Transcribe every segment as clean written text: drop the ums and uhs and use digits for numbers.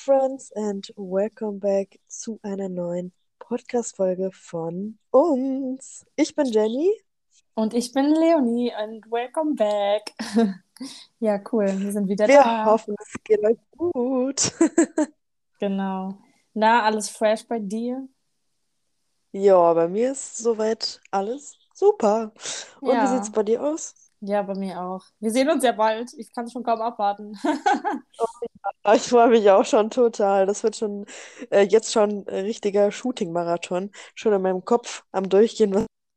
Friends and welcome back zu einer neuen Podcast-Folge von uns. Ich bin Jenny. Und ich bin Leonie und welcome back. Ja, cool, wir sind wieder Wir da. hoffen, es geht euch gut. Genau. Na, alles fresh bei dir? Ja, bei mir ist soweit alles super. Und wie sieht's Ja, bei dir aus? ja, bei mir auch. Wir sehen uns ja bald. Ich kann es schon kaum abwarten. Ich freue mich auch schon total. Das wird schon jetzt schon ein richtiger Shooting-Marathon. Schon in meinem Kopf am Durchgehen.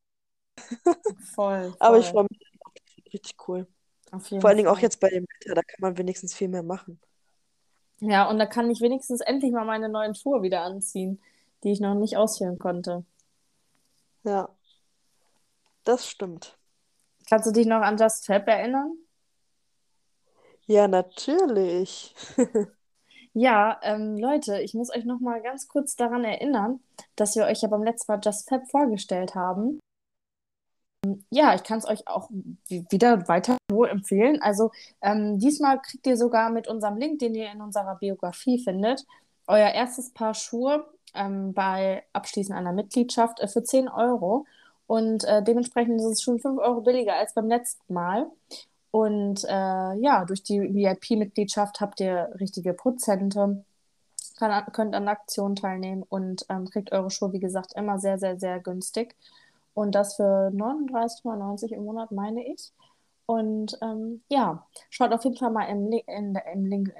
Voll, Aber ich voll. freue mich richtig cool. Auf Vor jeden allen Dingen auch Fall. jetzt bei dem Wetter, da kann man wenigstens viel mehr machen. Ja, und da kann ich wenigstens endlich mal meine neuen Schuhe wieder anziehen, die ich noch nicht ausführen konnte. Ja, das stimmt. Kannst du dich noch an Just Fab erinnern? Ja, natürlich. Ja, Leute, ich muss euch noch mal ganz kurz daran erinnern, dass wir euch ja beim letzten Mal Just Fab vorgestellt haben. Ja, ich kann es euch auch wieder weiter nur empfehlen. Also diesmal kriegt ihr sogar mit unserem Link, den ihr in unserer Biografie findet, euer erstes Paar Schuhe bei Abschließen einer Mitgliedschaft für 10 Euro. Und dementsprechend ist es schon 5 Euro billiger als beim letzten Mal. Und ja, durch die VIP-Mitgliedschaft habt ihr richtige Prozente, könnt an Aktionen teilnehmen und kriegt eure Schuhe, wie gesagt, immer sehr, sehr, sehr günstig. Und das für 39,90 im Monat, meine ich. Und ja, schaut auf jeden Fall mal im Link,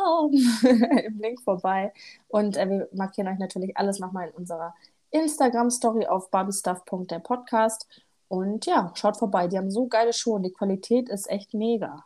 im Link vorbei. Und wir markieren euch natürlich alles nochmal in unserer Instagram-Story auf barbiestuff.der Podcast. Und ja, schaut vorbei. Die haben so geile Schuhe und die Qualität ist echt mega.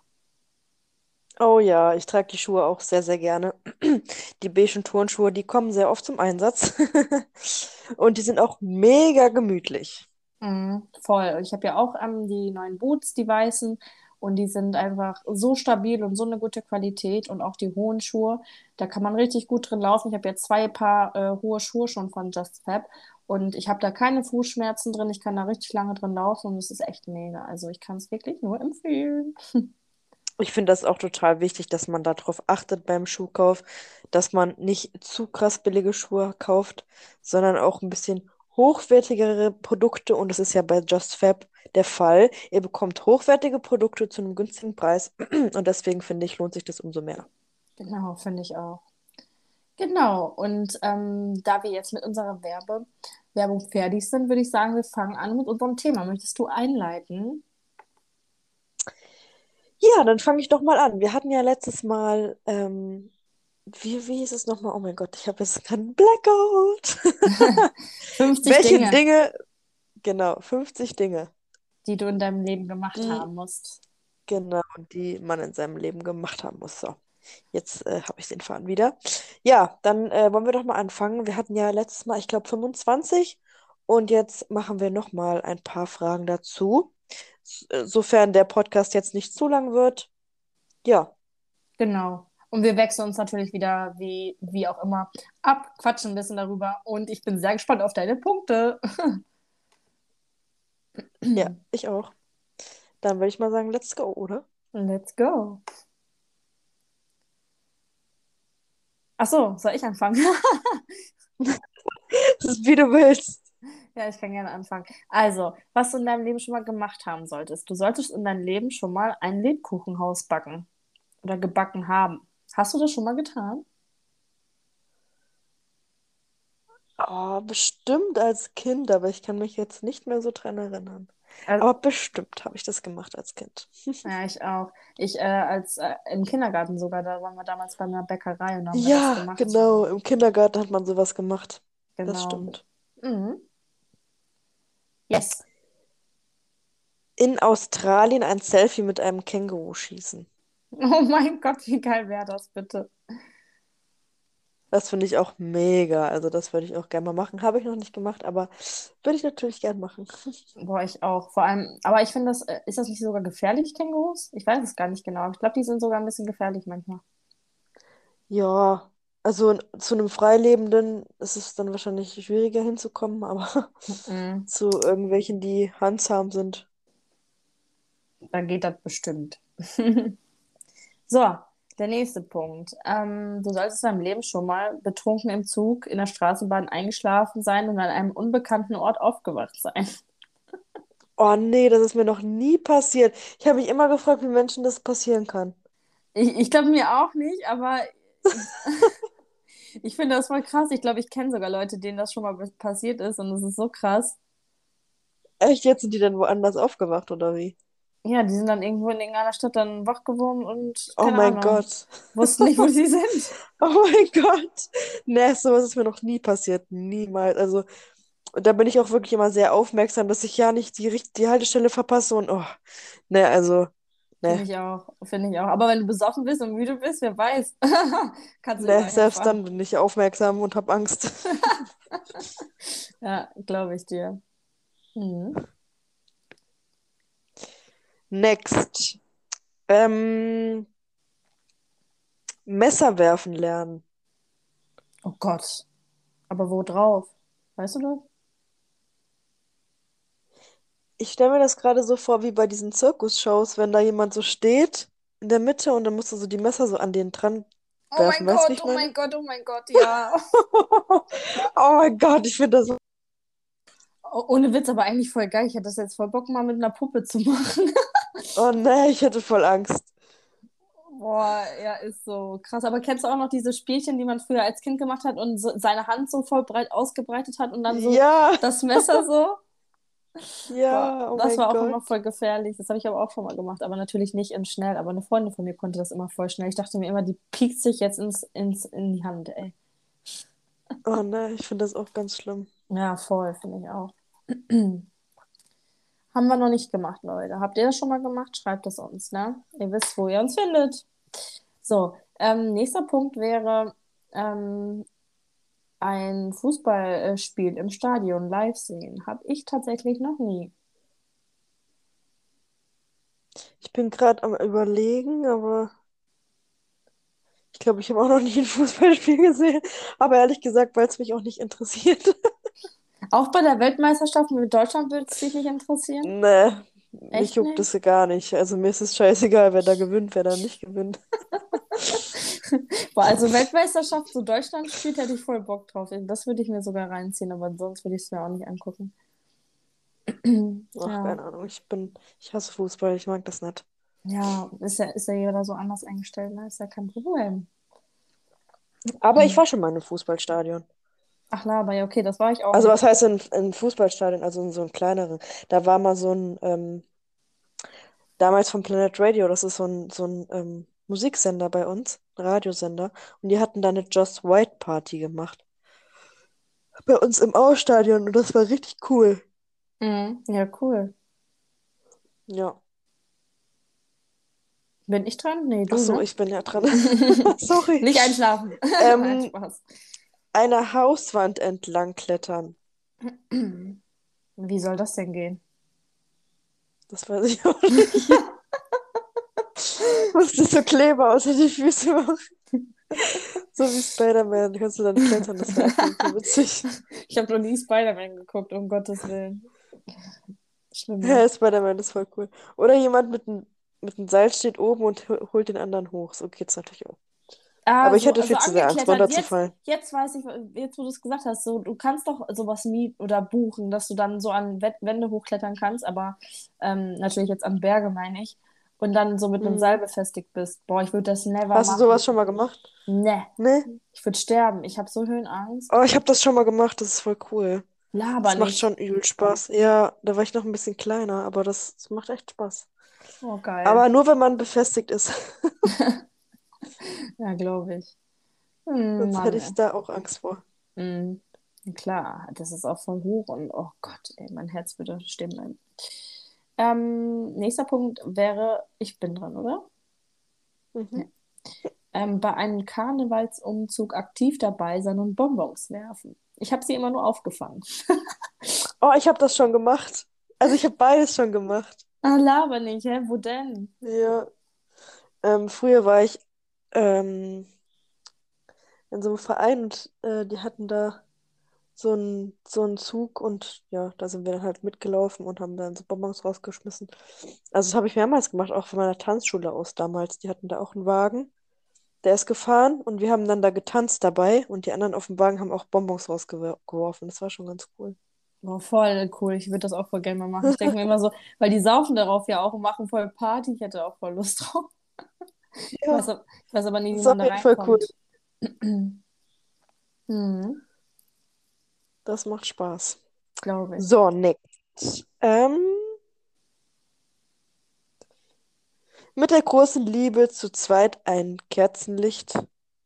Oh ja, ich trage die Schuhe auch sehr, sehr gerne. Die beigen Turnschuhe, die kommen sehr oft zum Einsatz. Und die sind auch mega gemütlich. Mhm, voll. Ich habe ja auch die neuen Boots, die weißen, und die sind einfach so stabil und so eine gute Qualität und auch die hohen Schuhe. Da kann man richtig gut drin laufen. Ich habe jetzt zwei Paar hohe Schuhe schon von Just Fab und ich habe da keine Fußschmerzen drin. Ich kann da richtig lange drin laufen und es ist echt mega. Also ich kann es wirklich nur empfehlen. Ich finde das auch total wichtig, dass man darauf achtet beim Schuhkauf, dass man nicht zu krass billige Schuhe kauft, sondern auch ein bisschen hochwertigere Produkte. Und das ist ja bei Just Fab der Fall. Ihr bekommt hochwertige Produkte zu einem günstigen Preis. Und deswegen finde ich, lohnt sich das umso mehr. Genau, finde ich auch. Genau, und da wir jetzt mit unserer Werbung fertig sind, würde ich sagen, wir fangen an mit unserem Thema. Möchtest du einleiten? Ja, dann fange ich doch mal an. Wir hatten ja letztes Mal, wie hieß es nochmal? Oh mein Gott, ich habe jetzt keinen Blackout. 50 Welche Dinge, Dinge, genau, 50 Dinge, die du in deinem Leben gemacht die, haben musst. genau, die man in seinem Leben gemacht haben muss. So, jetzt habe ich den Faden wieder. Ja, dann wollen wir doch mal anfangen. Wir hatten ja letztes Mal, ich glaube, 25 und jetzt machen wir nochmal ein paar Fragen dazu. Sofern der Podcast jetzt nicht zu lang wird. Ja. Genau. Und wir wechseln uns natürlich wieder, wie auch immer, ab, quatschen ein bisschen darüber. Und ich bin sehr gespannt auf deine Punkte. Ja, ich auch. Dann würde ich mal sagen, let's go, oder? Let's go. Ach so, soll ich anfangen? Das ist, wie du willst. Ja, ich kann gerne anfangen. Also, was du in deinem Leben schon mal gemacht haben solltest. Du solltest in deinem Leben schon mal ein Lebkuchenhaus backen oder gebacken haben. Hast du das schon mal getan? Oh, bestimmt als Kind, aber ich kann mich jetzt nicht mehr so dran erinnern. Also, Aber bestimmt habe ich das gemacht als Kind. ja, ich auch. Ich als im Kindergarten sogar, da waren wir damals bei einer Bäckerei und da haben wir das Ja, gemacht. genau. Im Kindergarten hat man sowas gemacht. Das Genau. stimmt. Mhm. Yes. In Australien ein Selfie mit einem Känguru schießen. Oh mein Gott, wie geil wäre das bitte? Das finde ich auch mega. Also das würde ich auch gerne mal machen. Habe ich noch nicht gemacht, aber würde ich natürlich gern machen. Boah, ich auch. Vor allem, aber ich finde ist das nicht sogar gefährlich, Kängurus? Ich weiß es gar nicht genau. Ich glaube, die sind sogar ein bisschen gefährlich manchmal. Ja, also zu einem Freilebenden ist es dann wahrscheinlich schwieriger hinzukommen, aber Mhm. zu irgendwelchen, die handzahm sind. Dann geht das bestimmt. So, Der nächste Punkt. Du solltest in deinem Leben schon mal betrunken im Zug, in der Straßenbahn eingeschlafen sein und an einem unbekannten Ort aufgewacht sein. Oh nee, das ist mir noch nie passiert. Ich habe mich immer gefragt, wie Menschen das passieren kann. Ich glaube mir auch nicht, aber ich finde das voll krass. Ich glaube, ich kenne sogar Leute, denen das schon mal passiert ist und es ist so krass. Echt, jetzt sind die denn woanders aufgewacht, oder wie? Ja, die sind dann irgendwo in irgendeiner Stadt dann wach geworden und Oh keine mein Ahnung, Gott. wussten nicht, wo sie sind. Oh mein Gott. Nee, sowas ist mir noch nie passiert. Niemals. Also, da bin ich auch wirklich immer sehr aufmerksam, dass ich ja nicht die Haltestelle verpasse und oh, nee, also, nee. Finde ich auch, finde ich auch. Aber wenn du besoffen bist und müde bist, wer weiß, kannst du Nee, überall selbst hinfahren. dann bin ich aufmerksam und hab Angst. Ja, glaube ich dir. Mhm. Next. Ähm, Messer werfen lernen. Oh Gott. Aber wo drauf? Weißt du das? Ich stelle mir das gerade so vor, wie bei diesen Zirkusshows, wenn da jemand so steht in der Mitte und dann musst du so die Messer so an den dran Oh mein werfen. Weißt du, wie Gott, ich oh meine? mein Gott, oh mein Gott, ja. Oh mein Gott, ich finde das so. Ohne Witz, aber eigentlich voll geil. Ich hätte das jetzt voll Bock, mal mit einer Puppe zu machen. Oh nee, ich hätte voll Angst. Boah, ja, ist so krass. Aber kennst du auch noch diese Spielchen, die man früher als Kind gemacht hat und so, seine Hand so voll breit ausgebreitet hat und dann so Ja, das Messer so? Boah, ja, oh das mein war auch immer Gott. voll gefährlich. Das habe ich aber auch schon mal gemacht, aber natürlich nicht in schnell. Aber eine Freundin von mir konnte das immer voll schnell. Ich dachte mir immer, die piekt sich jetzt in die Hand, ey. Oh nee, ich finde das auch ganz schlimm. Ja, voll, finde ich auch. Haben wir noch nicht gemacht, Leute. Habt ihr das schon mal gemacht? Schreibt es uns, ne? Ihr wisst, wo ihr uns findet. So, nächster Punkt wäre ähm, ein Fußballspiel im Stadion live sehen. Habe ich tatsächlich noch nie. Ich bin gerade am Überlegen, aber ich glaube, ich habe auch noch nie ein Fußballspiel gesehen. Aber ehrlich gesagt, weil es mich auch nicht interessiert. Auch bei der Weltmeisterschaft mit Deutschland würde es dich nicht interessieren? Nee, mich Echt juckt das nicht? gar nicht. Also mir ist es scheißegal, wer da gewinnt, wer da nicht gewinnt. Boah, also Weltmeisterschaft, so Deutschland spielt, hätte ich voll Bock drauf. Das würde ich mir sogar reinziehen, aber sonst würde ich es mir auch nicht angucken. Ach, Ja, keine Ahnung. Ich hasse Fußball, ich mag das nicht. ja, ist ja jeder so anders eingestellt, ne? Ist ja kein Problem. Aber ich war schon mal in einem Fußballstadion. Ach, Laber, ja, okay, das war ich auch Also nicht. was heißt in Fußballstadion? Also in so einem kleineren. Da war mal so ein, damals von Planet Radio, das ist so ein Musiksender bei uns, ein Radiosender. Und die hatten da eine Just White Party gemacht. Bei uns im Ausstadion und das war richtig cool. Mhm. Ja, cool. Ja. Bin ich dran? Nee, Ach du, so, ne? ich bin ja dran. Sorry. Nicht einschlafen. Nein, Ähm, Spaß. eine Hauswand entlang klettern. Wie soll das denn gehen? Das weiß ich auch nicht. Musst du so Kleber unter die Füße machen. So wie Spider-Man. Kannst du dann klettern, das wäre auf jeden Fall witzig. Ich habe noch nie Spider-Man geguckt, um Gottes Willen. Schlimm. Ja, Spider-Man ist voll cool. Oder jemand mit einem Seil steht oben und holt den anderen hoch. So geht's natürlich auch. Aber ich Also, hätte also viel zu sehr Angst, angeklettert. Jetzt, runterzufallen. jetzt weiß ich, jetzt wo du es gesagt hast, so, du kannst doch sowas mieten oder buchen, dass du dann so an Wände hochklettern kannst, aber natürlich jetzt an Berge meine ich. Und dann so mit einem Seil Mhm. befestigt bist. Boah, ich würde das never Hast du sowas machen. schon mal gemacht? Ne, Ne? ich würde sterben. Ich habe so Höhenangst. Oh, ich habe das schon mal gemacht, das ist voll cool. Laber Das macht nicht. schon übel Spaß. Ja, da war ich noch ein bisschen kleiner, aber das macht echt Spaß. Oh, geil. Aber nur wenn man befestigt ist. Ja, glaube ich. Sonst hätte Mann, ich ey. da auch Angst vor. Mhm. Klar, das ist auch voll hoch und oh Gott, ey, mein Herz würde stehen bleiben. Nächster Punkt wäre, ich bin dran, oder? Ja. Mhm. Bei einem Karnevalsumzug aktiv dabei sein und Bonbons werfen. Ich habe sie immer nur aufgefangen. Oh, ich habe das schon gemacht. Also ich habe beides schon gemacht. Ah, laber nicht, hä? Wo denn? Ja. Früher war ich ähm, in so einem Verein und die hatten da so einen Zug und ja, da sind wir dann halt mitgelaufen und haben dann so Bonbons rausgeschmissen. Also das habe ich mehrmals gemacht, auch von meiner Tanzschule aus damals. Die hatten da auch einen Wagen. Der ist gefahren und wir haben dann da getanzt dabei und die anderen auf dem Wagen haben auch Bonbons rausgeworfen. Das war schon ganz cool. Oh, voll cool. Ich würde das auch voll gerne mal machen. Ich denke mir immer so, weil die saufen darauf ja auch und machen voll Party. Ich hätte auch voll Lust drauf. Ja, Ich weiß aber nie, das wie ist auf man da jeden Fall cool. reinkommt. Hm, Das macht Spaß. glaube ich. So, next. Mit der großen Liebe zu zweit ein Kerzenlicht.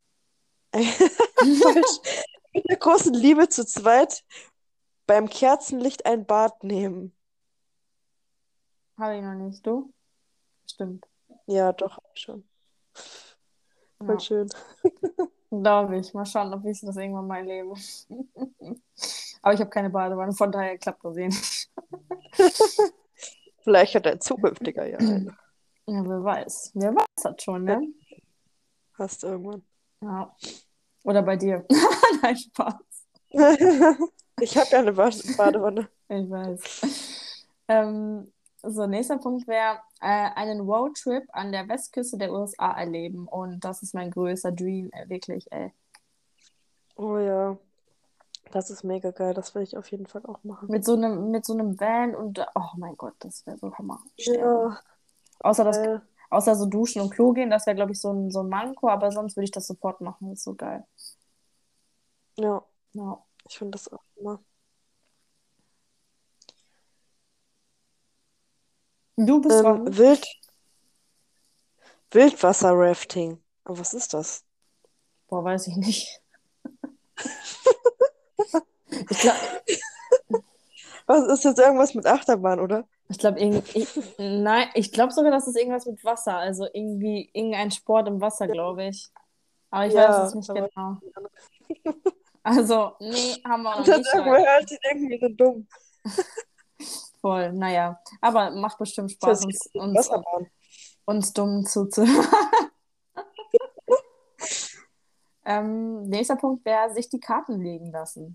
Falsch. Mit der großen Liebe zu zweit beim Kerzenlicht ein Bad nehmen. Habe ich noch nicht. Du? Stimmt. Ja, doch, hab ich schon. Voll Ja, schön. glaube ich. Mal schauen, ob ich das irgendwann mal erlebe. Aber ich habe keine Badewanne, von daher klappt das eh nicht. Vielleicht hat ein zukünftiger ja eine. Ja, wer weiß. Wer weiß das schon, Ja, ne? hast irgendwann. Ja. Oder bei dir. Nein, Spaß. Ich habe ja eine Badewanne. Ich weiß. Ähm, so, nächster Punkt wäre einen Roadtrip an der Westküste der USA erleben. Und das ist mein größter Dream, wirklich, ey. Oh ja, das ist mega geil. Das will ich auf jeden Fall auch machen. Mit so einem Van und, oh mein Gott, das wäre so Hammer. Sterben. Ja, Außer geil. außer so Duschen und Klo gehen, das wäre, glaube ich, so ein Manko, aber sonst würde ich das sofort machen. Das ist so geil. Ja, Ja. ich finde das auch immer. Du bist dran. Wild, Wildwasser-Rafting. Aber was ist das? Boah, weiß ich nicht. Ich glaube, Was ist jetzt irgendwas mit Achterbahn, oder? ich glaube, nein, ich glaube sogar, das ist irgendwas mit Wasser. Also irgendwie irgendein Sport im Wasser, glaube ich. Aber ich weiß es Ja, nicht aber genau. Also, nee, haben wir noch das nicht, irgendwer Leute. hört, die denken, wir sind dumm. Voll, naja. Aber macht bestimmt Das hört Spaß, sich an wie uns, Wasserbahn. uns dumm zuzuhören. Nächster Punkt wäre, sich die Karten legen lassen.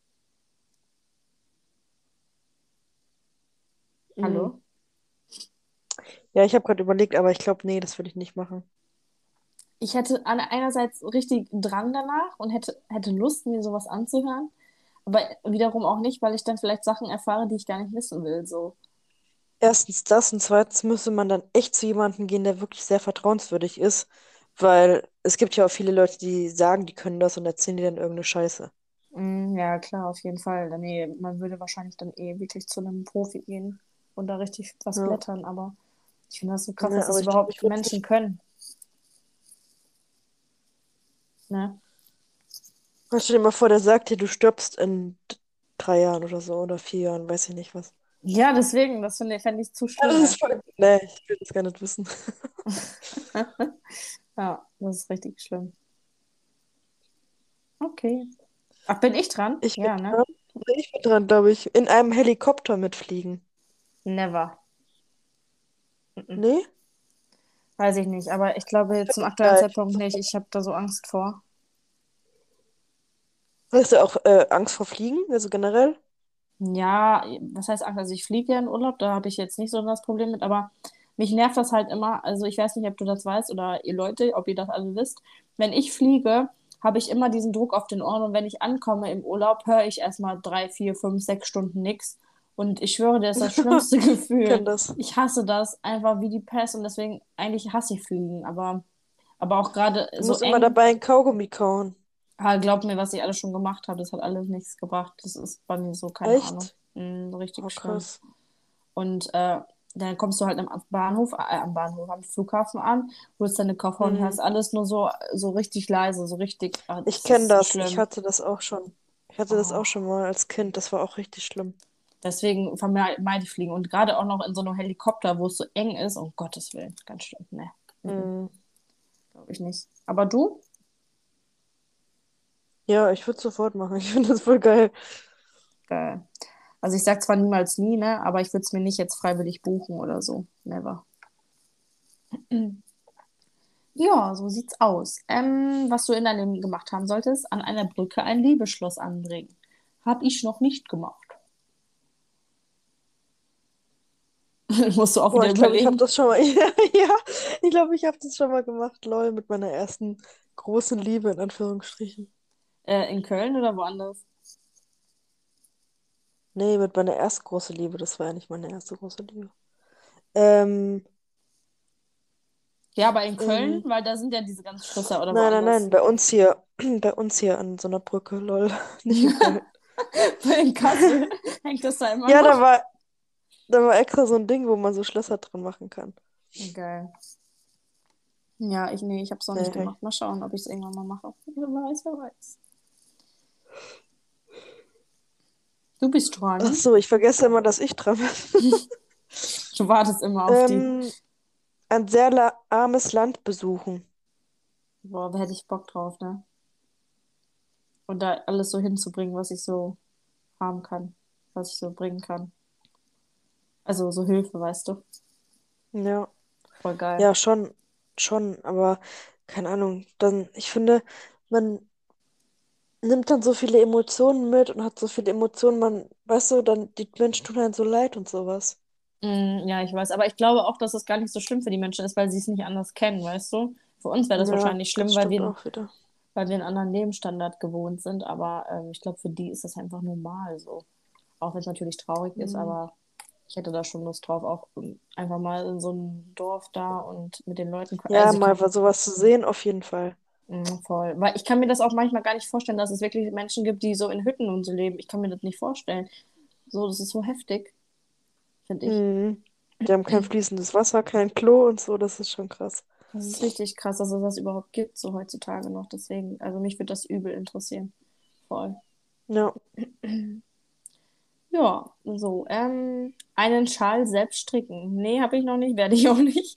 Mhm. Hallo? Ja, ich habe gerade überlegt, aber ich glaube, nee, das würde ich nicht machen. Ich hätte einerseits richtig Drang danach und hätte Lust, mir sowas anzuhören. Aber wiederum auch nicht, weil ich dann vielleicht Sachen erfahre, die ich gar nicht wissen will. So. Erstens das und zweitens müsste man dann echt zu jemandem gehen, der wirklich sehr vertrauenswürdig ist, weil es gibt ja auch viele Leute, die sagen, die können das und erzählen dir dann irgendeine Scheiße. Ja, klar, auf jeden Fall. Nee, man würde wahrscheinlich dann eh wirklich zu einem Profi gehen und da richtig was Ja, blättern. Aber ich finde das so krass, ja, dass das aber ich glaube, überhaupt ich würde es Menschen nicht. können. Ne? Stell dir mal vor, der sagt dir, du stirbst in 3 Jahren oder so oder 4 Jahren, weiß ich nicht was. Ja, deswegen, fände ich zu Das schlimm ist einfach. voll. Nee, ich will das gar nicht wissen. Ja, das ist richtig schlimm. Okay. Ach, bin ich dran? Ich bin Ja, ne? dran. Ich bin dran, glaube ich. In einem Helikopter mitfliegen. Never. Mhm. Nee? Weiß ich nicht, aber ich glaube zum Finde ich aktuellen geil. Zeitpunkt nicht. Ich habe da so Angst vor. Hast du auch Angst vor Fliegen? Also generell? Ja, was heißt Angst? Also ich fliege ja in Urlaub, da habe ich jetzt nicht so das Problem mit, aber mich nervt das halt immer. Also ich weiß nicht, ob du das weißt oder ihr Leute, ob ihr das alle wisst. Wenn ich fliege, habe ich immer diesen Druck auf den Ohren und wenn ich ankomme im Urlaub, höre ich erstmal 3, 4, 5, 6 Stunden nichts. Und ich schwöre, das ist das schlimmste Ich Gefühl. kenne das. Ich hasse das einfach wie die Pest und deswegen eigentlich hasse ich Fliegen, aber auch gerade Du so musst immer eng. dabei ein Kaugummi kauen. Ah, glaub mir, was ich alles schon gemacht habe, das hat alles nichts gebracht. Das ist bei mir so, keine Ahnung. Echt? Richtig Oh, schlimm. krass. Und dann kommst du halt am Flughafen an, holst deine Koffer und Hm. hörst alles nur so richtig leise, so richtig, Ich das kenne ist so das. Ich schlimm. hatte das auch schon. Ich hatte das auch Oh. schon mal als Kind. Das war auch richtig schlimm. Deswegen vermeide ich Fliegen. Und gerade auch noch in so einem Helikopter, wo es so eng ist, um Gottes Willen, ganz schlimm. Ne, Hm. glaube ich nicht. Aber du? Ja, ich würde es sofort machen. Ich finde das voll geil. Geil. Also ich sag zwar niemals nie, ne, aber ich würde es mir nicht jetzt freiwillig buchen oder so. Never. Ja, so sieht's aus. Was du in deinem Leben gemacht haben solltest, an einer Brücke ein Liebesschloss anbringen. Hab ich noch nicht gemacht. Musst du auch Boah, wieder ich glaube, ich habe überlegen. das schon mal. Ja, ich glaube, ich habe das schon mal gemacht, lol, mit meiner ersten großen Liebe, in Anführungsstrichen. In Köln oder woanders? Nee, mit meiner ersten großen Liebe, das war ja nicht meine erste große Liebe. Ähm, Ja, aber in Köln, in. weil da sind ja diese ganzen Schlösser oder Nein, nein, woanders. nein, bei uns hier. Bei uns hier an so einer Brücke, lol. Nicht in Köln. In Kassel hängt das da immer Ja, noch. da war extra so ein Ding, wo man so Schlösser dran machen kann. Geil. Ja, nee, ich habe es noch nicht Nee. gemacht. Mal schauen, ob ich es irgendwann mal mache. Wer weiß, wer weiß. Du bist Ach dran. so, ich vergesse immer, dass ich dran bin. Du wartest immer auf die. Ähm, ein sehr armes Land besuchen. Boah, da hätte ich Bock drauf, ne? Und da alles so hinzubringen, was ich so haben kann, was ich so bringen kann. Also so Hilfe, weißt du? Ja, Voll geil. ja, schon, aber keine Ahnung. Dann, ich finde, man nimmt dann so viele Emotionen mit und hat so viele Emotionen, man, weißt du, dann die Menschen tun einem so leid und sowas. Ja, ich weiß. Aber ich glaube auch, dass es gar nicht so schlimm für die Menschen ist, weil sie es nicht anders kennen, weißt du? Für uns wäre das Ja, wahrscheinlich schlimm, das stimmt auch wieder. weil wir einen anderen Lebensstandard gewohnt sind. Aber ich glaube, für die ist das einfach normal so. Auch wenn es natürlich traurig ist, Hm. aber ich hätte da schon Lust drauf, auch einfach mal in so einem Dorf da und mit den Leuten. Ja, Also ich mal kann, sowas zu sehen, auf jeden Fall. voll. Weil ich kann mir das auch manchmal gar nicht vorstellen, dass es wirklich Menschen gibt, die so in Hütten und so leben. Ich kann mir das nicht vorstellen. So, das ist so heftig, finde ich. Mhm. Die haben kein fließendes Wasser, kein Klo und so, das ist schon krass. Das ist richtig krass, dass es das überhaupt gibt, so heutzutage noch. Deswegen, also mich würde das übel interessieren. Voll. Ja. Ja, so. Einen Schal selbst stricken. Nee, habe ich noch nicht, werde ich auch nicht.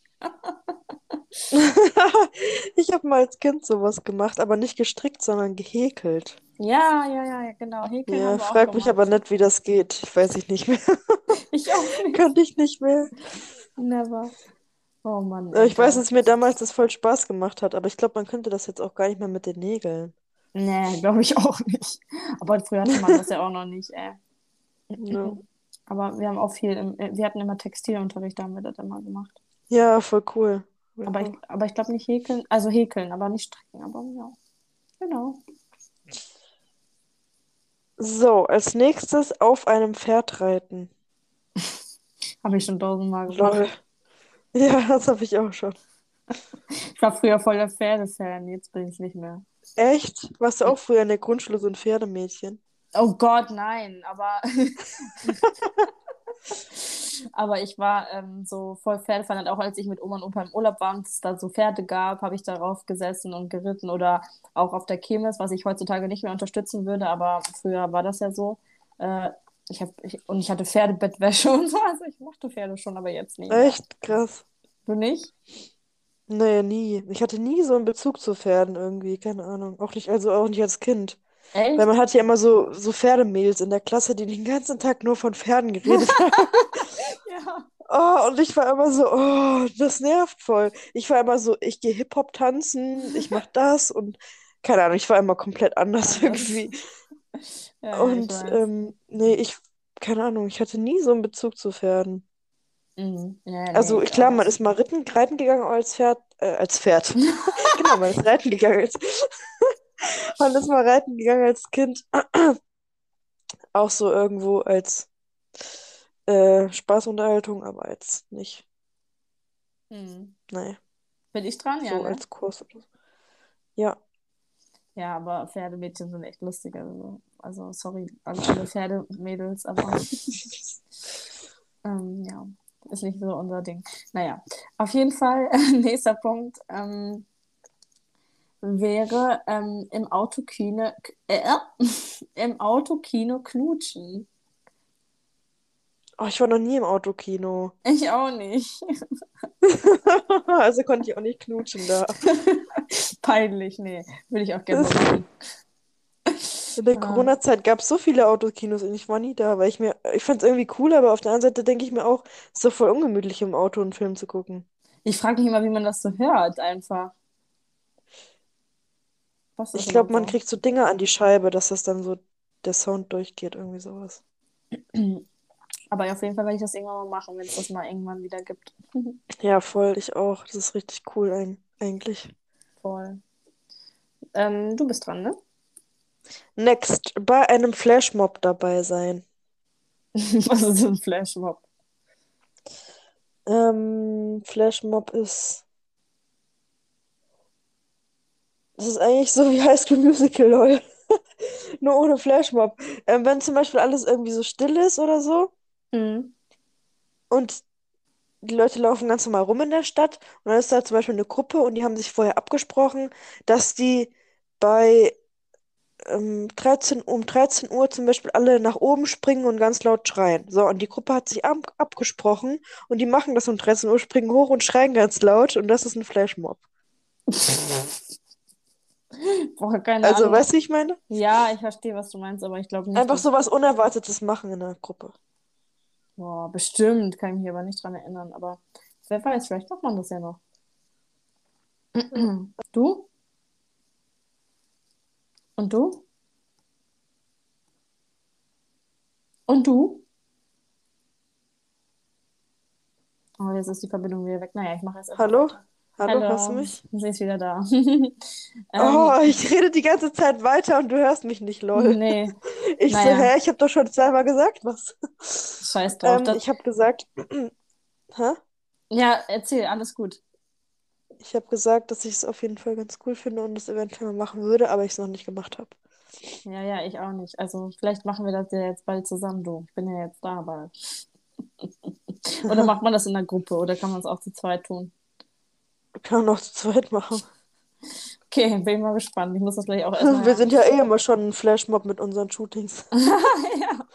Ich habe mal als Kind sowas gemacht, aber nicht gestrickt, sondern gehäkelt. Ja, ja, ja, ja, genau. Häkeln haben Ja, wir auch frag mich aber gemacht. nicht, wie das geht. Ich weiß ich nicht mehr. Ich auch nicht. Könnte ich nicht mehr. Never. Oh Mann, ey, Ich weiß, geil. dass mir damals das voll Spaß gemacht hat, aber ich glaube, man könnte das jetzt auch gar nicht mehr mit den Nägeln. Nee, glaube ich auch nicht. Aber früher hatte man das ja auch noch nicht, ey. Ja, Aber wir haben auch wir hatten immer Textilunterricht, da haben wir das immer gemacht. ja, voll cool. Ja. Aber ich glaube nicht häkeln, also häkeln, aber nicht stricken, aber ja, genau. So, als nächstes auf einem Pferd reiten. Habe ich schon tausendmal Lol. gemacht. Ja, das habe ich auch schon. Ich war früher voll der Pferdefan, jetzt bin ich nicht mehr. Echt? Warst du auch früher in der Grundschule so ein Pferdemädchen? Oh Gott, nein, aber, aber ich war so voll Pferdefan, und auch als ich mit Oma und Opa im Urlaub war und es da so Pferde gab, habe ich darauf gesessen und geritten oder auch auf der Kirmes, was ich heutzutage nicht mehr unterstützen würde, aber früher war das ja so. Äh, und ich hatte Pferdebettwäsche und so, also ich mochte Pferde schon, aber jetzt nicht mehr. Echt krass. Du nicht? Nee, nie. Ich hatte nie so einen Bezug zu Pferden irgendwie, keine Ahnung. Auch nicht, also auch nicht als Kind. Weil Echt? man hatte ja immer so Pferdemädels in der Klasse, die den ganzen Tag nur von Pferden geredet haben. Ja. Oh, und ich war immer so, oh, das nervt voll. Ich war immer so, ich gehe Hip-Hop tanzen, ich mach das und keine Ahnung, ich war immer komplett anders Anders. irgendwie. Ja, ja, ich Und weiß. nee, keine Ahnung, ich hatte nie so einen Bezug zu Pferden. Mhm. Ja, nee, Also, ich klar, auch. man ist mal reiten gegangen als Pferd. Genau, man ist reiten gegangen man ist mal reiten gegangen als Kind. Auch so irgendwo als Spaßunterhaltung, aber jetzt nicht. Mhm. Nee, Bin ich dran? Ja, so ne? als Kurs oder so. Ja. Ja, aber Pferdemädchen sind echt lustig. Also sorry an alle Pferdemädels, aber ja, ist nicht so unser Ding. Naja, auf jeden Fall, nächster Punkt wäre im Autokino knutschen. Oh, ich war noch nie im Autokino. Ich auch nicht. Also konnte ich auch nicht knutschen da. Peinlich, nee. Würde ich auch gerne mal machen. In der Ah. Corona-Zeit gab es so viele Autokinos und ich war nie da, weil ich fand es irgendwie cool, aber auf der anderen Seite denke ich mir auch, es ist doch voll ungemütlich im Auto einen Film zu gucken. Ich frage mich immer, wie man das so hört, einfach. Was ist Ich das überhaupt glaube, man so? kriegt so Dinger an die Scheibe, dass das dann so der Sound durchgeht, irgendwie sowas. Aber auf jeden Fall werde ich das irgendwann mal machen, wenn es das mal irgendwann wieder gibt. Ja, voll, ich auch. Das ist richtig cool eigentlich. Voll. Du bist dran, ne? Next, bei einem Flashmob dabei sein. Was ist ein Flashmob? Flashmob das ist eigentlich so wie High School Musical, lol. Nur ohne Flashmob. Wenn zum Beispiel alles irgendwie so still ist oder so Hm. und die Leute laufen ganz normal rum in der Stadt und dann ist da zum Beispiel eine Gruppe und die haben sich vorher abgesprochen, dass die bei 13 Uhr zum Beispiel alle nach oben springen und ganz laut schreien. So, und die Gruppe hat sich abgesprochen und die machen das um 13 Uhr, springen hoch und schreien ganz laut und das ist ein Flashmob. Boah, keine Also, Ahnung. weißt du, wie ich meine? Ja, ich verstehe, was du meinst, aber ich glaube nicht, Einfach dass. so was Unerwartetes machen in der Gruppe. Boah, bestimmt, kann ich mich aber nicht dran erinnern. Aber wer weiß, vielleicht macht man das ja noch. Ja. Du? Und du? Und du? Oh, jetzt ist die Verbindung wieder weg. Naja, ich mache jetzt erstmal Hallo? weiter. Hallo, hörst du Hallo, mich? sie ist wieder da. Oh, Ähm, ich rede die ganze Zeit weiter und du hörst mich nicht, lol. nee, Ich so, naja, hä? Ich habe doch schon zweimal gesagt, was? scheiß drauf. Ich habe gesagt, hä? Ja, erzähl, alles gut. Ich habe gesagt, dass ich es auf jeden Fall ganz cool finde und es eventuell mal machen würde, aber ich es noch nicht gemacht habe. Ja, ja, ich auch nicht. Also vielleicht machen wir das ja jetzt bald zusammen, du. Ich bin ja jetzt da, aber. Oder macht man das in der Gruppe oder kann man es auch zu zweit tun? Kann man auch zu zweit machen. Okay, bin ich mal gespannt. Ich muss das gleich auch Wir erstmal. sind ja eh immer schon ein Flashmob mit unseren Shootings. Ja.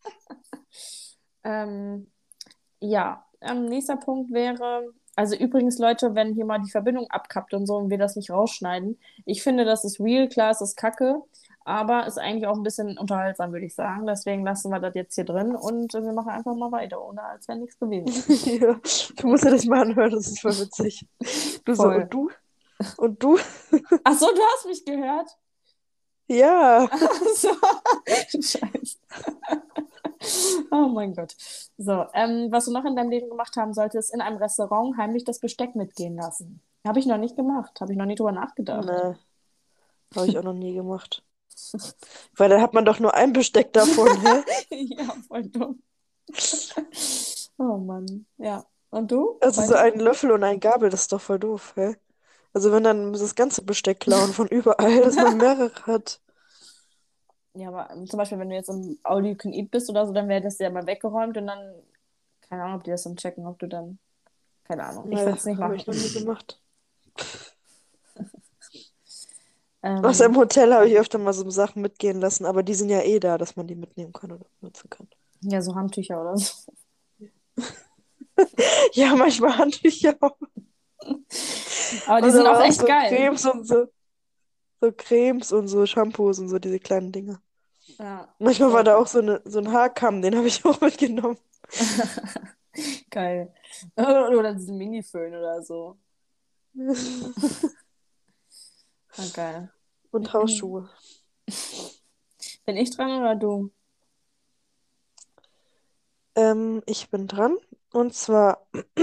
Ähm, ja, nächster Punkt wäre, also übrigens, Leute, wenn hier mal die Verbindung abkappt und so und wir das nicht rausschneiden, ich finde, das ist real, klar, es ist Kacke, aber ist eigentlich auch ein bisschen unterhaltsam, würde ich sagen. Deswegen lassen wir das jetzt hier drin und wir machen einfach mal weiter, ohne als wäre nichts gewesen. Ja, du musst dir das mal anhören, das ist voll witzig. Du so, Voll. und du? Und du? Ach so, du hast mich gehört? Ja. Ach so. Scheiße. Oh mein Gott. So, was du noch in deinem Leben gemacht haben solltest, in einem Restaurant heimlich das Besteck mitgehen lassen. Habe ich noch nicht gemacht. Habe ich noch nie drüber nachgedacht. Nee, habe ich auch noch nie gemacht. Weil dann hat man doch nur ein Besteck davon, hä? Ja, voll dumm. Oh Mann. Ja. Und du? Also so Weiter? ein Löffel und ein Gabel, das ist doch voll doof, hä? Also wenn dann das ganze Besteck klauen von überall, dass man mehrere hat. Ja, aber zum Beispiel, wenn du jetzt im All You Can Eat bist oder so, dann wäre das ja mal weggeräumt und dann, keine Ahnung, ob die das dann checken, ob du dann, keine Ahnung. Ich Nee, würde es nicht habe machen. ich noch nie gemacht. Außer Ähm, im Hotel habe ich öfter mal so Sachen mitgehen lassen, aber die sind ja eh da, dass man die mitnehmen kann oder benutzen kann. ja, so Handtücher oder so. Ja, manchmal Handtücher auch. Aber die Und sind auch aber auch echt so geil. Cremes und so. So Cremes und so Shampoos und so diese kleinen Dinge. Ja, Manchmal war voll da geil. auch so ein Haarkamm, den habe ich auch mitgenommen. Geil. Oder diesen Mini-Föhn oder so. Ah, geil. Und Hausschuhe. Bin ich dran oder du? Ich bin dran. Und zwar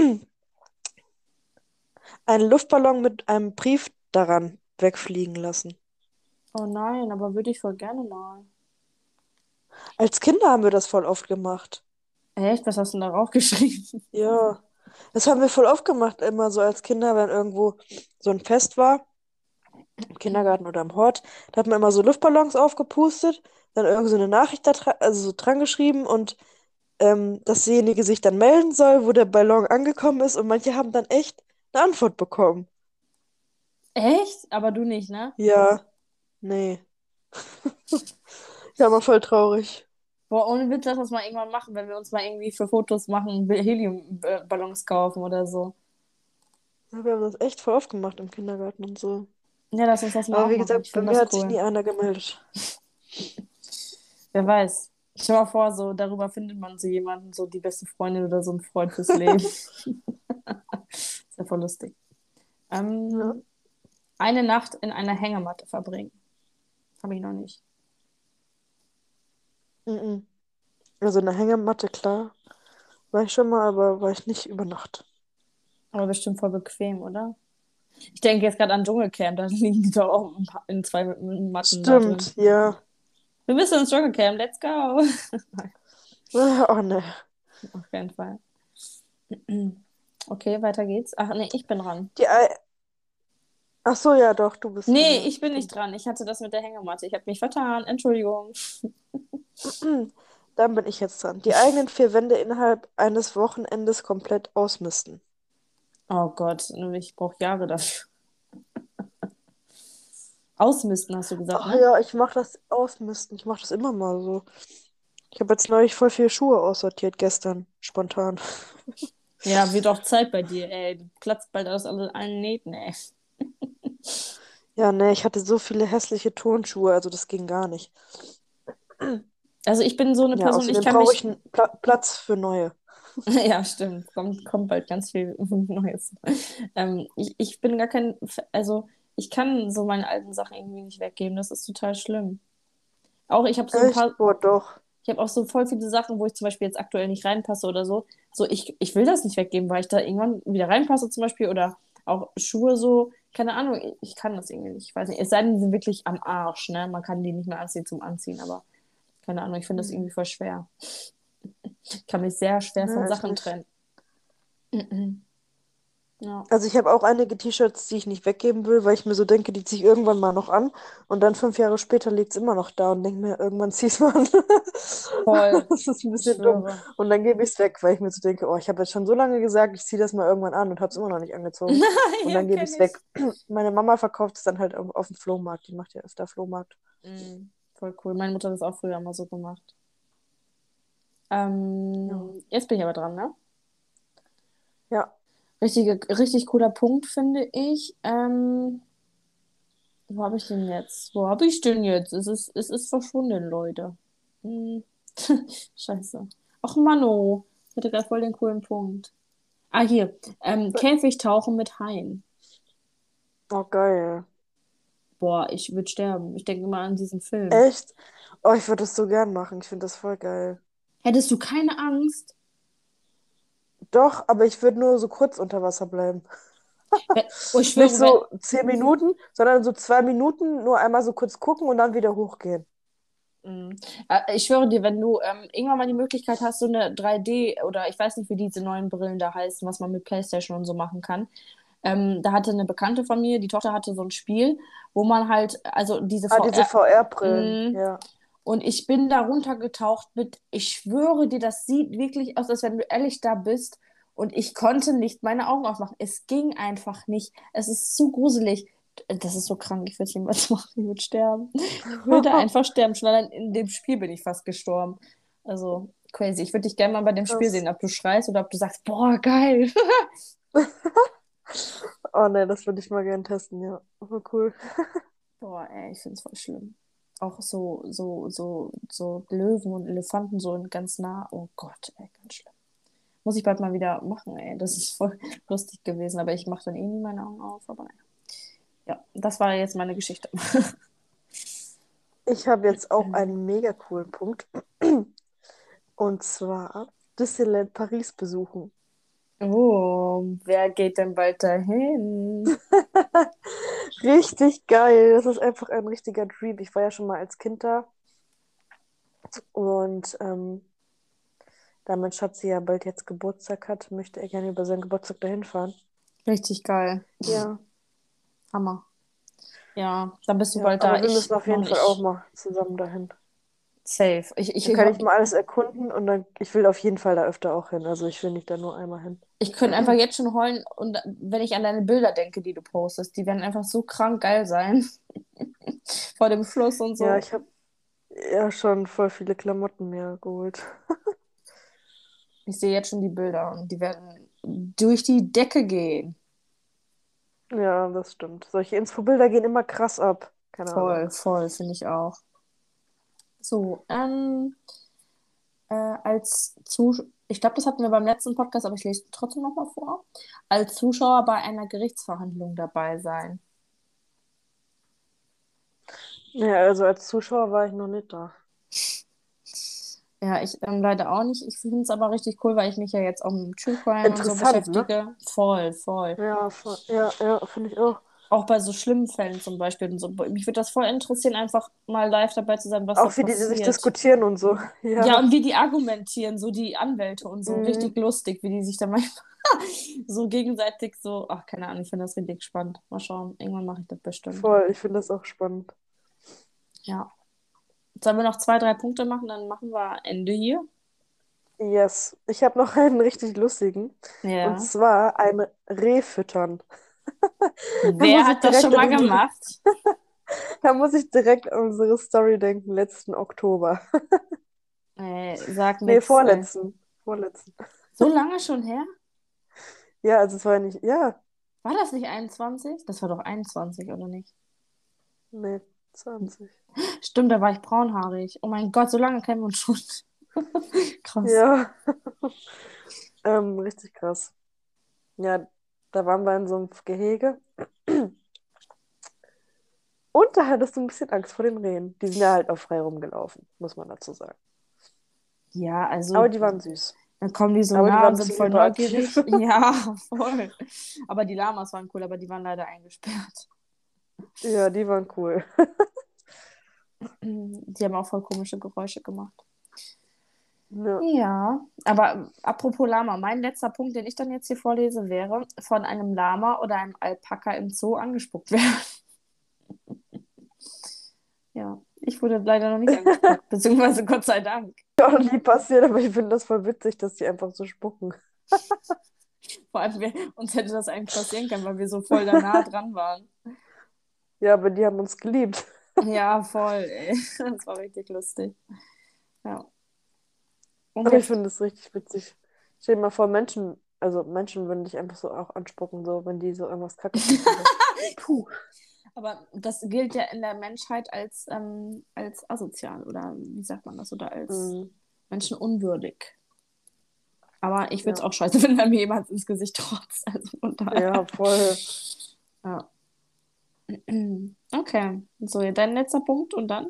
einen Luftballon mit einem Brief daran wegfliegen lassen. Oh nein, aber würde ich voll gerne mal. Als Kinder haben wir das voll oft gemacht. Echt? Was hast du denn darauf geschrieben? Ja, das haben wir voll oft gemacht, immer so als Kinder, wenn irgendwo so ein Fest war, im Kindergarten oder im Hort, da hat man immer so Luftballons aufgepustet, dann irgend so eine Nachricht also so dran geschrieben und dass derjenige sich dann melden soll, wo der Ballon angekommen ist und manche haben dann echt eine Antwort bekommen. Echt? Aber du nicht, ne? Ja, nee. Ja, war voll traurig. Boah, ohne Witz, lass das mal irgendwann machen, wenn wir uns mal irgendwie für Fotos machen, Heliumballons kaufen oder so. Ja, wir haben das echt voll oft gemacht im Kindergarten und so. Ja, lass uns das mal Aber auch wie machen. gesagt, Ich bei finde mir das hat sich cool. nie einer gemeldet. Wer weiß. Stell mal vor, so darüber findet man so jemanden, so die beste Freundin oder so ein Freund fürs Leben. Ist ja voll lustig. Ja. Ähm, eine Nacht in einer Hängematte verbringen. Habe ich noch nicht. Mhm. Also eine Hängematte, klar. War ich schon mal, aber war ich nicht über Nacht. Aber bestimmt voll bequem, oder? Ich denke jetzt gerade an Dschungelcamp, da liegen die doch auch in zwei Matten da drin. Stimmt, ja. Wir müssen ins Dschungelcamp, let's go! Oh ne. Auf keinen Fall. Okay, weiter geht's. Ach nee, ich bin dran. Die Ei Ach so, ja, doch, du bist dran, Nee, ja, ich bin nicht stimmt. dran. Ich hatte das mit der Hängematte. Ich habe mich vertan. Entschuldigung. Dann bin ich jetzt dran. Die eigenen vier Wände innerhalb eines Wochenendes komplett ausmisten. Oh Gott, ich brauche Jahre dafür. Ausmisten, hast du gesagt, Ach ne? ja, ich mach das ausmisten. Ich mach das immer mal so. Ich habe jetzt neulich voll viele Schuhe aussortiert, gestern, spontan. Ja, wird auch Zeit bei dir, ey. Du platzt bald aus allen Nähten, ey. Ja, ne, ich hatte so viele hässliche Turnschuhe, also das ging gar nicht. Also ich bin so eine Ja, Person, ich außerdem kann brauche ich mich. einen Platz für neue. Ja, stimmt. Kommt bald ganz viel Neues. Ich bin gar kein. Also ich kann so meine alten Sachen irgendwie nicht weggeben. Das ist total schlimm. Auch ich habe so ein Echt? paar. Boah, doch. Ich habe auch so voll viele Sachen, wo ich zum Beispiel jetzt aktuell nicht reinpasse oder so. So, ich will das nicht weggeben, weil ich da irgendwann wieder reinpasse zum Beispiel oder auch Schuhe so. Keine Ahnung, ich kann das irgendwie nicht. Ich weiß nicht. Es sei denn, die sind wirklich am Arsch, ne? Man kann die nicht mehr anziehen zum Anziehen, aber keine Ahnung, ich finde das Hm. irgendwie voll schwer. Ich kann mich sehr schwer von Ne, ich Sachen nicht. trennen. Ja. Also ich habe auch einige T-Shirts, die ich nicht weggeben will, weil ich mir so denke, die ziehe ich irgendwann mal noch an. Und dann 5 Jahre später liegt es immer noch da und denke mir, irgendwann zieh es mal an. Voll, Das ist ein ich bisschen dumm. schwöre. Und dann gebe ich es weg, weil ich mir so denke, oh, ich habe jetzt schon so lange gesagt, ich ziehe das mal irgendwann an und habe es immer noch nicht angezogen. Und Ja, dann gebe ich kenne es ich. weg. Meine Mama verkauft es dann halt auf dem Flohmarkt. Die macht ja öfter Flohmarkt. Voll cool. Meine Mutter hat das auch früher immer so gemacht. Ja. Jetzt bin ich aber dran, ne? Ja. Richtig cooler Punkt, finde ich. Wo habe ich denn jetzt? Wo habe ich denn jetzt? Es ist verschwunden, Leute. Hm. Scheiße. Ach, Mano. Ich hatte gerade voll den coolen Punkt. Ah, hier. Käfigtauchen mit Haien. Oh, geil. Boah, ich würde sterben. Ich denke immer an diesen Film. Echt? Oh, ich würde das so gern machen. Ich finde das voll geil. Hättest du keine Angst? Doch, aber ich würde nur so kurz unter Wasser bleiben. Oh, ich Nicht schwöre, wenn. so 10 Minuten, sondern so 2 Minuten, nur einmal so kurz gucken und dann wieder hochgehen. Mm. Ich schwöre dir, wenn du irgendwann mal die Möglichkeit hast, so eine 3D oder ich weiß nicht, wie diese neuen Brillen da heißen, was man mit PlayStation und so machen kann. Da hatte eine Bekannte von mir, die Tochter hatte so ein Spiel, wo man halt, also diese Ah, diese VR. VR-Brillen, Mm, ja. und ich bin da runtergetaucht mit, ich schwöre dir, das sieht wirklich aus, als wenn du ehrlich da bist. Und ich konnte nicht meine Augen aufmachen. Es ging einfach nicht. Es ist zu gruselig. Das ist so krank. Ich würde niemals machen. Ich würde sterben. Ich würde einfach sterben. Schon allein in dem Spiel bin ich fast gestorben. Also crazy. Ich würde dich gerne mal bei dem Spiel Krass. sehen, ob du schreist oder ob du sagst, boah, geil. Oh ne, das würde ich mal gern testen, ja. Aber cool. Boah, ey, ich finde es voll schlimm. Auch so Löwen und Elefanten so in ganz nah. Oh Gott, ey, ganz schlimm. Muss ich bald mal wieder machen, ey. Das ist voll lustig gewesen, aber ich mache dann eh nie meine Augen auf. Aber naja. Ja, das war jetzt meine Geschichte. Ich habe jetzt auch einen mega coolen Punkt. Und zwar Disneyland Paris besuchen. Oh, wer geht denn bald dahin? Richtig geil. Das ist einfach ein richtiger Dream. Ich war ja schon mal als Kind da. Und da mein Schatzi ja bald jetzt Geburtstag hat, möchte er gerne über seinen Geburtstag dahin fahren. Richtig geil. Ja, Hammer. Ja, dann bist du ja. bald da. Aber wir Ich müssen auf noch jeden Fall auch nicht. mal zusammen dahin. Safe. Ich, Dann ich, kann ich mal alles erkunden und dann, ich will auf jeden Fall da öfter auch hin. Also ich will nicht da nur einmal hin. ich könnte einfach jetzt schon heulen und wenn ich an deine Bilder denke, die du postest, die werden einfach so krank geil sein. Vor dem Fluss und Ja, so. ich habe ja schon voll viele Klamotten mir geholt. Ich sehe jetzt schon die Bilder und die werden durch die Decke gehen. Ja, das stimmt. Solche Infobilder gehen immer krass ab. Keine Ahnung. Voll, voll, finde ich auch. So, als Zuschauer, ich glaube, das hatten wir beim letzten Podcast, aber ich lese trotzdem nochmal vor. Als Zuschauer bei einer Gerichtsverhandlung dabei sein. Ja, also als Zuschauer war ich noch nicht da. Ja, ich leider auch nicht. Ich finde es aber richtig cool, weil ich mich ja jetzt auch mit True Crime und so Interessant, ne? beschäftige. Voll, voll. Ja, ja, ja, finde ich auch. Auch bei so schlimmen Fällen zum Beispiel und so. Mich würde das voll interessieren, einfach mal live dabei zu sein, was da Auch wie die sich passiert. diskutieren und so. Ja, Ja. und wie die argumentieren, so die Anwälte und so. Richtig Mhm. lustig, wie die sich da manchmal so gegenseitig so. Ach, keine Ahnung, ich finde das richtig spannend. Mal schauen. Irgendwann mache ich das bestimmt. Voll, ich finde das auch spannend. Ja. Sollen wir noch 2, 3 Punkte machen, dann machen wir Ende hier. Yes. Ich habe noch einen richtig lustigen. Und Ja. zwar ein Reh füttern. Da Wer muss ich hat das schon direkt an mal unsere, gemacht? da muss ich direkt an unsere Story denken, letzten Oktober. Sag Nee, nix, ey. vorletzten. Vorletzten. So lange schon her? Ja, also es war ja nicht. Ja, War das nicht 21? Das war doch 21, oder nicht? nee, 20. Stimmt, da war ich braunhaarig. Oh mein Gott, so lange kennen wir uns schon. Krass. Ja, richtig krass. Ja, da waren wir in so einem Gehege. Und da hattest du ein bisschen Angst vor den Rehen. Die sind ja halt auch frei rumgelaufen, muss man dazu sagen. Ja, Aber also, die waren süß. dann kommen die so Aber die nah waren und ein sind bisschen voll hyperaktiv. neugierig. Ja, voll. Aber die Lamas waren cool, aber die waren leider eingesperrt. Ja, die waren cool. Die haben auch voll komische Geräusche gemacht. Ja. Ja, aber apropos Lama, mein letzter Punkt, den ich dann jetzt hier vorlese, wäre, von einem Lama oder einem Alpaka im Zoo angespuckt werden. Ja, ich wurde leider noch nicht angespuckt, beziehungsweise Gott sei Dank. Auch noch nie passiert, aber ich finde das voll witzig, dass die einfach so spucken. Vor allem, uns hätte das eigentlich passieren können, weil wir so voll da nah dran waren. Ja, aber die haben uns geliebt. Ja, voll, ey. Das war richtig lustig. Ja. Und Aber ich jetzt, finde das richtig witzig. Stell dir mal vor, Menschen, also Menschen würden dich einfach so auch anspucken, so wenn die so irgendwas Kacke finden. So. Puh. aber das gilt ja in der Menschheit als asozial oder wie sagt man das, oder als Mhm. menschenunwürdig. Aber ich würde es Ja. auch scheiße finden, wenn mir jemand ins Gesicht trotzt. Also von daher. Ja, voll. Ja. Okay. So, dein letzter Punkt und dann?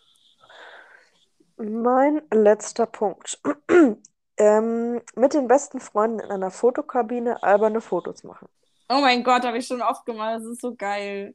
Mein letzter Punkt. Mit den besten Freunden in einer Fotokabine alberne Fotos machen. Oh mein Gott, habe ich schon oft gemacht. Das ist so geil.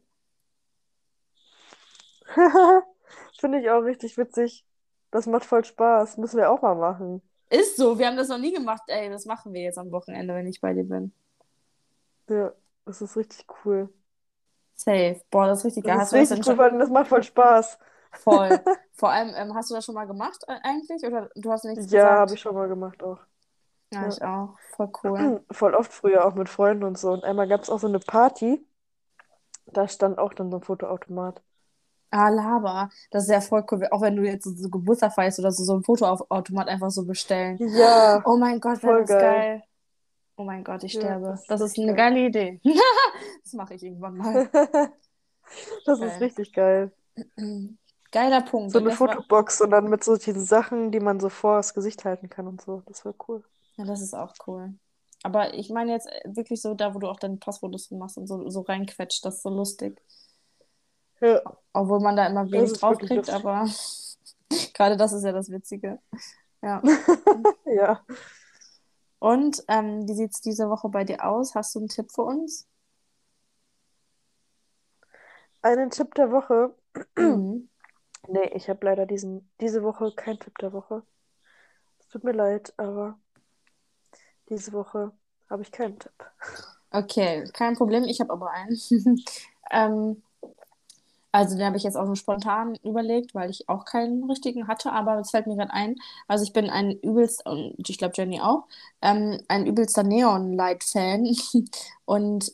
Finde ich auch richtig witzig. Das macht voll Spaß. Müssen wir auch mal machen. Ist so, wir haben das noch nie gemacht. Ey, das machen wir jetzt am Wochenende, wenn ich bei dir bin. Ja, das ist richtig cool. Safe. Boah, das ist richtig Das geil. ist Hast du das richtig denn cool, schon weil das macht voll Spaß. voll? Vor allem, hast du das schon mal gemacht eigentlich? Oder du hast nichts Ja, habe gesagt? ich schon mal gemacht auch. Ja, Ja. ich auch. Voll cool. Voll oft früher auch mit Freunden und so. Und einmal gab es auch so eine Party, da stand auch dann so ein Fotoautomat. Ah, Laber. Das ist ja voll cool. Auch wenn du jetzt so Geburtstag feierst oder so, so ein Fotoautomat einfach so bestellen. Ja, Oh mein Gott, wäre voll das geil. geil. Oh mein Gott, ich Ja, sterbe. das ist Das ist richtig eine geil. geile Idee. Das mache ich irgendwann mal. Das ist Geil. richtig geil. Geiler Punkt. So Und eine das war, Fotobox und dann mit so diesen Sachen, die man so vor das Gesicht halten kann und so. Das wäre cool. ja, das ist auch cool. Aber ich meine jetzt wirklich so da, wo du auch deine Passfotos machst und so reinquetscht, das ist so lustig. Ja, Obwohl man da immer das wenig ist wirklich draufkriegt, lustig. aber gerade das ist ja das Witzige. Ja. Ja. Und wie sieht es diese Woche bei dir aus? Hast du einen Tipp für uns? Einen Tipp der Woche. Mhm. Nee, ich habe leider diese Woche keinen Tipp der Woche. Es tut mir leid, aber diese Woche habe ich keinen Tipp. Okay, kein Problem. Ich habe aber einen. ähm, Also den habe ich jetzt auch nur spontan überlegt, weil ich auch keinen richtigen hatte, aber es fällt mir gerade ein. Also ich bin ein übelst, und ich glaube Jenny auch, ein übelster Neon-Light-Fan. Und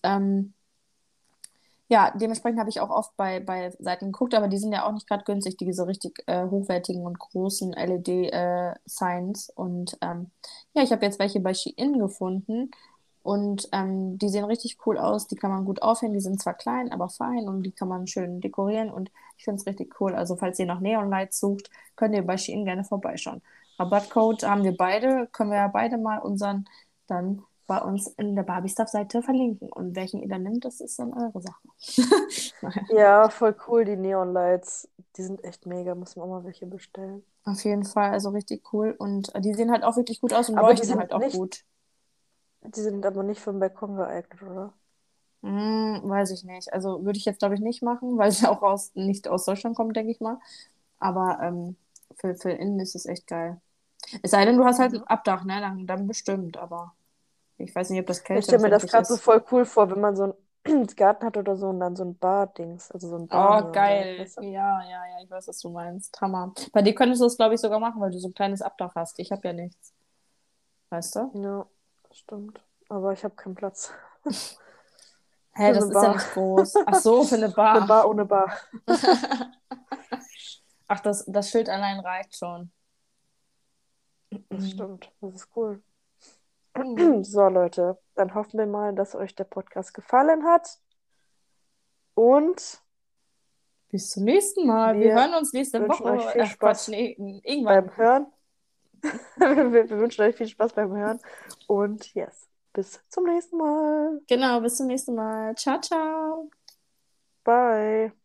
ja, dementsprechend habe ich auch oft bei Seiten geguckt, aber die sind ja auch nicht gerade günstig, diese richtig hochwertigen und großen LED-Signs. Und ja, ich habe jetzt welche bei Shein gefunden. Und die sehen richtig cool aus. Die kann man gut aufhängen. Die sind zwar klein, aber fein und die kann man schön dekorieren. Und ich finde es richtig cool. Also, falls ihr nach Neon Lights sucht, könnt ihr bei Shein gerne vorbeischauen. Rabattcode haben wir beide. Können wir ja beide mal unseren dann bei uns in der Barbie-Stuff-Seite verlinken. Und welchen ihr dann nimmt, das ist dann eure Sache. Naja, Ja, voll cool, die Neon Lights. Die sind echt mega, muss man auch mal welche bestellen. auf jeden Fall, also richtig cool. Und die sehen halt auch wirklich gut aus und Aber leuchten halt auch gut. die sind aber nicht für den Balkon geeignet, oder? Weiß ich nicht. Also würde ich jetzt, glaube ich, nicht machen, weil sie auch nicht aus Deutschland kommt, denke ich mal. Aber für innen ist es echt geil. Es sei denn, du hast halt ein Ja. Abdach, ne? Dann bestimmt, aber ich weiß nicht, ob das Ich stelle mir das kälteempfindlich gerade so ist. voll cool vor, wenn man so einen Garten hat oder so und dann so ein Bar-Dings, also so ein Oh, Bar-Neonlight, geil. weißt du? Ja, ja, ja, ich weiß, was du meinst. Hammer. Bei dir könntest du das, glaube ich, sogar machen, weil du so ein kleines Abdach hast. Ich habe ja nichts. Weißt du? Ja, stimmt. Aber ich habe keinen Platz Hä, für eine das ist ja Bar. nicht groß. Ach so, für eine Eine Bar. Bar ohne Bar. Ach, das Schild allein reicht schon. Das stimmt. Das ist cool. Mhm. So, Leute, dann hoffen wir mal, dass euch der Podcast gefallen hat. Und Bis zum nächsten Mal. Wir wir hören uns nächste wünschen euch Woche. viel Ach, Quatsch, Spaß nee, irgendwann. beim Hören. Wir wünschen euch viel Spaß beim Hören. Und yes, bis zum nächsten Mal. Genau, bis zum nächsten Mal. Ciao, ciao. Bye.